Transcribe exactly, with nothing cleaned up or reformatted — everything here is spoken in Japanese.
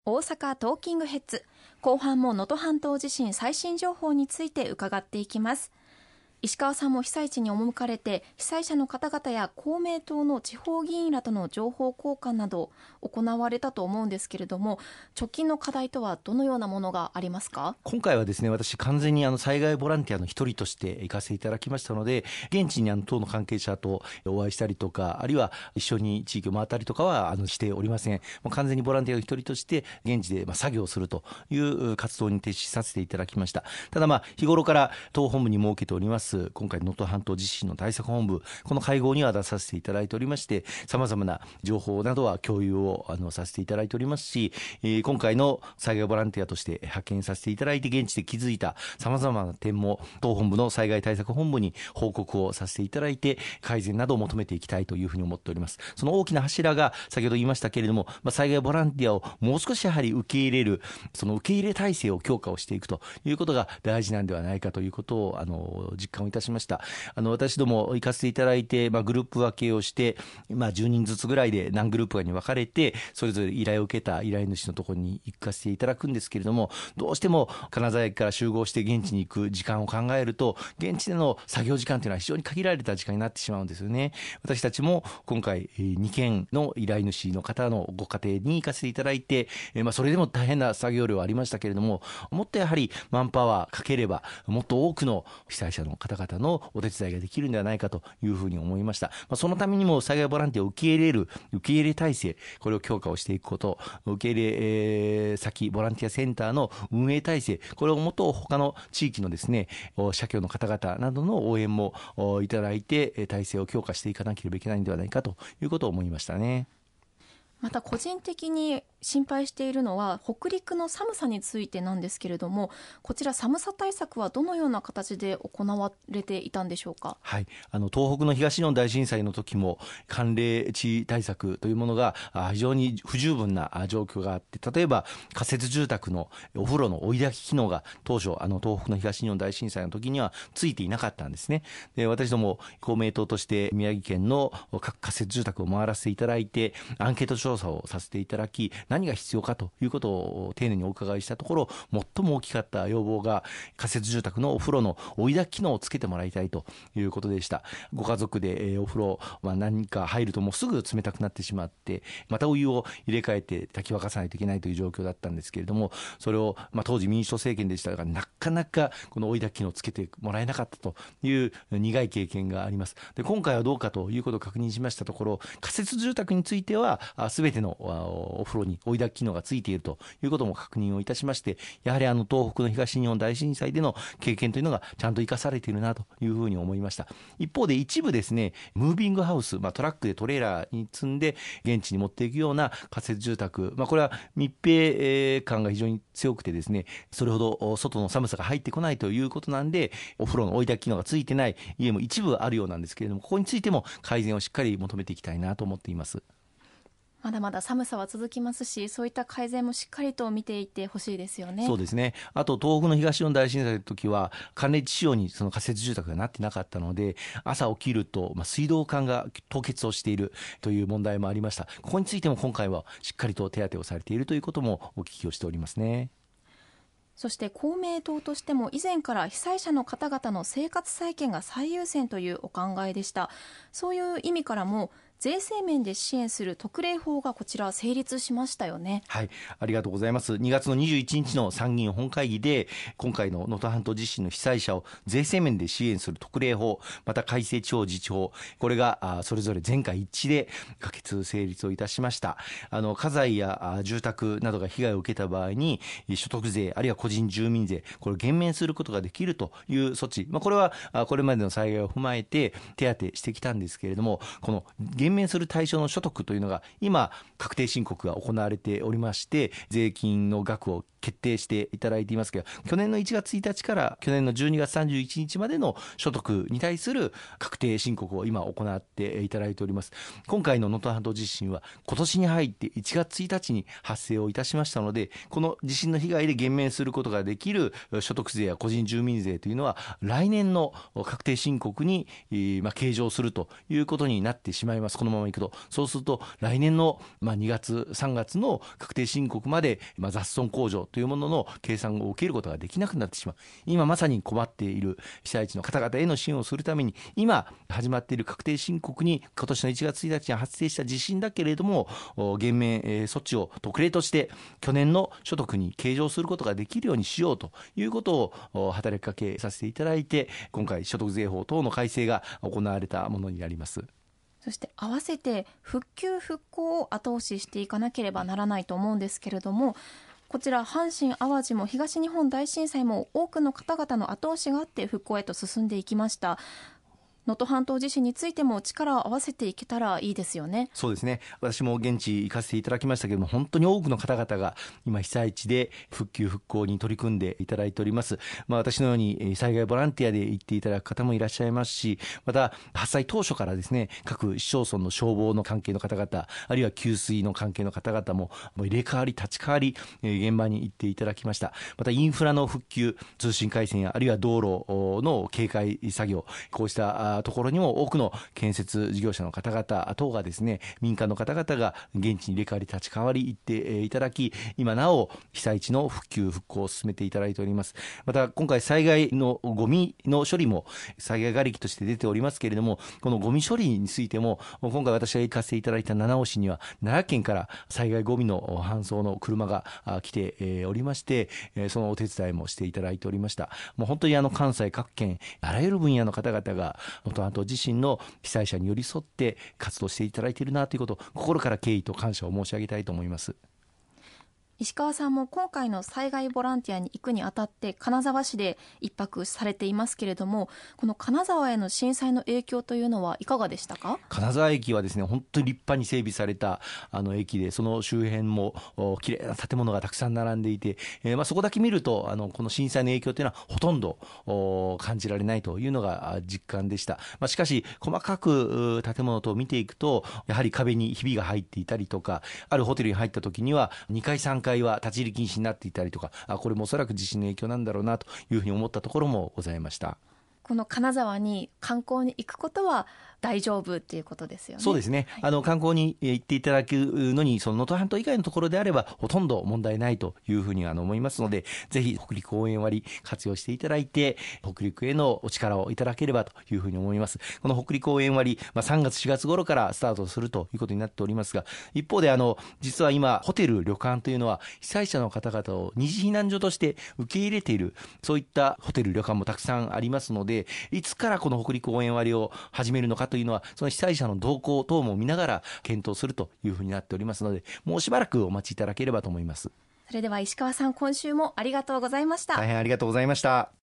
大阪トーキングヘッズ、後半も能登半島地震最新情報について伺っていきます。石川さんも被災地に赴かれて、被災者の方々や公明党の地方議員らとの情報交換など行われたと思うんですけれども、直近の課題とはどのようなものがありますか？ 今回はですね、私完全にあの災害ボランティアの一人として行かせていただきましたので、現地にあの党の関係者とお会いしたりとか、あるいは一緒に地域を回ったりとかはあのしておりません。もう完全にボランティアの一人として現地でまあ作業をするという活動に徹しさせていただきました。ただまあ日頃から党本部に設けております今回の能登半島地震の対策本部、この会合には出させていただいておりまして、さまざまな情報などは共有をあのさせていただいておりますし、えー、今回の災害ボランティアとして派遣させていただいて現地で気づいたさまざまな点も党本部の災害対策本部に報告をさせていただいて、改善などを求めていきたいというふうに思っております。その大きな柱が先ほど言いましたけれども、まあ、災害ボランティアをもう少しやはり受け入れる、その受け入れ体制を強化をしていくということが大事なんではないかということをあの実感をいたしました。あの私ども行かせていただいて、まあ、グループ分けをして、まあ、じゅうにんずつぐらいで何グループかに分かれて、それぞれ依頼を受けた依頼主のところに行かせていただくんですけれども、どうしても金沢駅から集合して現地に行く時間を考えると、現地での作業時間というのは非常に限られた時間になってしまうんですよね。私たちも今回にけんの依頼主の方のご家庭に行かせていただいて、まあ、それでも大変な作業量はありましたけれども、もっとやはりマンパワーかければもっと多くの被災者の方々のお手伝いができるんではないかというふうに思いました。まあ、そのためにも災害ボランティアを受け入れる受け入れ体制、これを強化をしていくこと、受け入れ、えー、先ボランティアセンターの運営体制、これをもっと他の地域のですね社協の方々などの応援もいただいて、体制を強化していかなければいけないんではないかということを思いましたね。 また個人的に心配しているのは北陸の寒さについてなんですけれども、こちら寒さ対策はどのような形で行われていたんでしょうか？ はい、あの東北の東日本大震災の時も寒冷地対策というものが非常に不十分な状況があって、例えば仮設住宅のお風呂の追い焚き機能が当初あの東北の東日本大震災の時にはついていなかったんですね。で、私ども公明党として宮城県の各仮設住宅を回らせていただいてアンケート調査をさせていただき、何が必要かということを丁寧にお伺いしたところ、最も大きかった要望が仮設住宅のお風呂の追い焚き機能をつけてもらいたいということでした。ご家族でお風呂、まあ、何か入るともうすぐ冷たくなってしまって、またお湯を入れ替えて炊き沸かさないといけないという状況だったんですけれども、それを、まあ、当時民主党政権でしたがなかなかこの追い焚き機能をつけてもらえなかったという苦い経験があります。で、今回はどうかということを確認しましたところ、仮設住宅については全てのお風呂に追い焚き機能がついているということも確認をいたしまして、やはりあの東北の東日本大震災での経験というのがちゃんと生かされているなというふうに思いました。一方で一部ですね、ムービングハウス、まあ、トラックでトレーラーに積んで現地に持っていくような仮設住宅、まあ、これは密閉感が非常に強くてですね、それほど外の寒さが入ってこないということなんで、お風呂の追い焚き機能がついてない家も一部あるようなんですけれども、ここについても改善をしっかり求めていきたいなと思っています。 まだまだ寒さは続きますし、そういった改善もしっかりと見ていってほしいですよね。 そうですね。あと東北の東日本大震災の時は寒冷地仕様にその仮設住宅がなってなかったので、朝起きると、まあ、水道管が凍結をしているという問題もありました。ここについても今回はしっかりと手当てをされているということもお聞きをしておりますね。 そして公明党としても以前から被災者の方々の生活再建が最優先というお考えでした。そういう意味からも税制面で支援する特例法がこちら成立しましたよね。 はい、ありがとうございます。にがつのにじゅういちにちの参議院本会議で今回の能登半島地震の被災者を税制面で支援する特例法、また改正地方自治法、これがそれぞれ全会一致で可決成立をいたしました。あの家財や住宅などが被害を受けた場合に所得税あるいは個人住民税、これを減免することができるという措置、まあ、これはこれまでの災害を踏まえて手当てしてきたんですけれども、この減免する対象の所得というのが今確定申告が行われておりまして、税金の額を決定していただいていますけど、去年のいちがつついたちから去年のじゅうにがつさんじゅういちにちまでの所得に対する確定申告を今行っていただいております。今回の能登半島地震は今年に入っていちがつついたちに発生をいたしましたので、この地震の被害で減免することができる所得税や個人住民税というのは来年の確定申告に、まあ、計上するということになってしまいます。 このままいくと、そうすると来年のまあにがつさんがつの確定申告までまあ雑損控除というものの計算を受けることができなくなってしまう。今まさに困っている被災地の方々への支援をするために、今始まっている確定申告に今年のいちがつついたちに発生した地震だけれども、減免措置を特例として去年の所得に計上することができるようにしようということを働きかけさせていただいて、今回所得税法等の改正が行われたものになります。 そして合わせて復旧復興を後押ししていかなければならないと思うんですけれども、こちら阪神・淡路も東日本大震災も多くの方々の後押しがあって復興へと進んでいきました。能登半島地震についても力を合わせていけたらいいですよね。 そうですね。私も現地行かせていただきましたけれども、本当に多くの方々が今被災地で復旧復興に取り組んでいただいております。まあ、私のように災害ボランティアで行っていただく方もいらっしゃいますし、また発災当初からですね、各市町村の消防の関係の方々、あるいは給水の関係の方々ももう入れ替わり立ち替わり現場に行っていただきました。またインフラの復旧、通信回線やあるいは道路の警戒作業、こうしたところにも多くの建設事業者の方々等がですね、民間の方々が現地に入れ替わり立ち替わり行っていただき、今なお被災地の復旧復興を進めていただいております。また今回災害のゴミの処理も災害がれきとして出ておりますけれども、このゴミ処理についても今回私が行かせていただいた七尾市には奈良県から災害ゴミの搬送の車が来ておりまして、そのお手伝いもしていただいておりました。もう本当にあの関西各県あらゆる分野の方々が能登半島地震の被災者に寄り添って活動していただいているなということを心から敬意と感謝を申し上げたいと思います。 石川さんも今回の災害ボランティアに行くにあたって金沢市で一泊されていますけれども、この金沢への震災の影響というのはいかがでしたか？ 金沢駅はですね、本当に立派に整備されたあの駅で、その周辺も綺麗な建物がたくさん並んでいて、えーまあ、そこだけ見るとあのこの震災の影響というのはほとんど感じられないというのが実感でした。まあ、しかし細かく建物と見ていくと、やはり壁にひびが入っていたりとか、あるホテルに入った時にはにかいさんかいは立ち入り禁止になっていたりとか、あこれもおそらく地震の影響なんだろうなというふうに思ったところもございました。 この金沢に観光に行くことは大丈夫っていうことですよね。 そうですね、はい、あの観光に行っていただくのに、その能登半島以外のところであればほとんど問題ないというふうにあの思いますので、ぜひ北陸応援割活用していただいて、北陸へのお力をいただければというふうに思います。この北陸応援割、まあ、さんがつしがつ頃からスタートするということになっておりますが、一方であの実は今ホテル旅館というのは被災者の方々を二次避難所として受け入れている、そういったホテル旅館もたくさんありますので、いつからこの北陸応援割を始めるのかというのは、その被災者の動向等も見ながら検討するというふうになっておりますので、もうしばらくお待ちいただければと思います。 それでは石川さん、今週もありがとうございました。 大変ありがとうございました。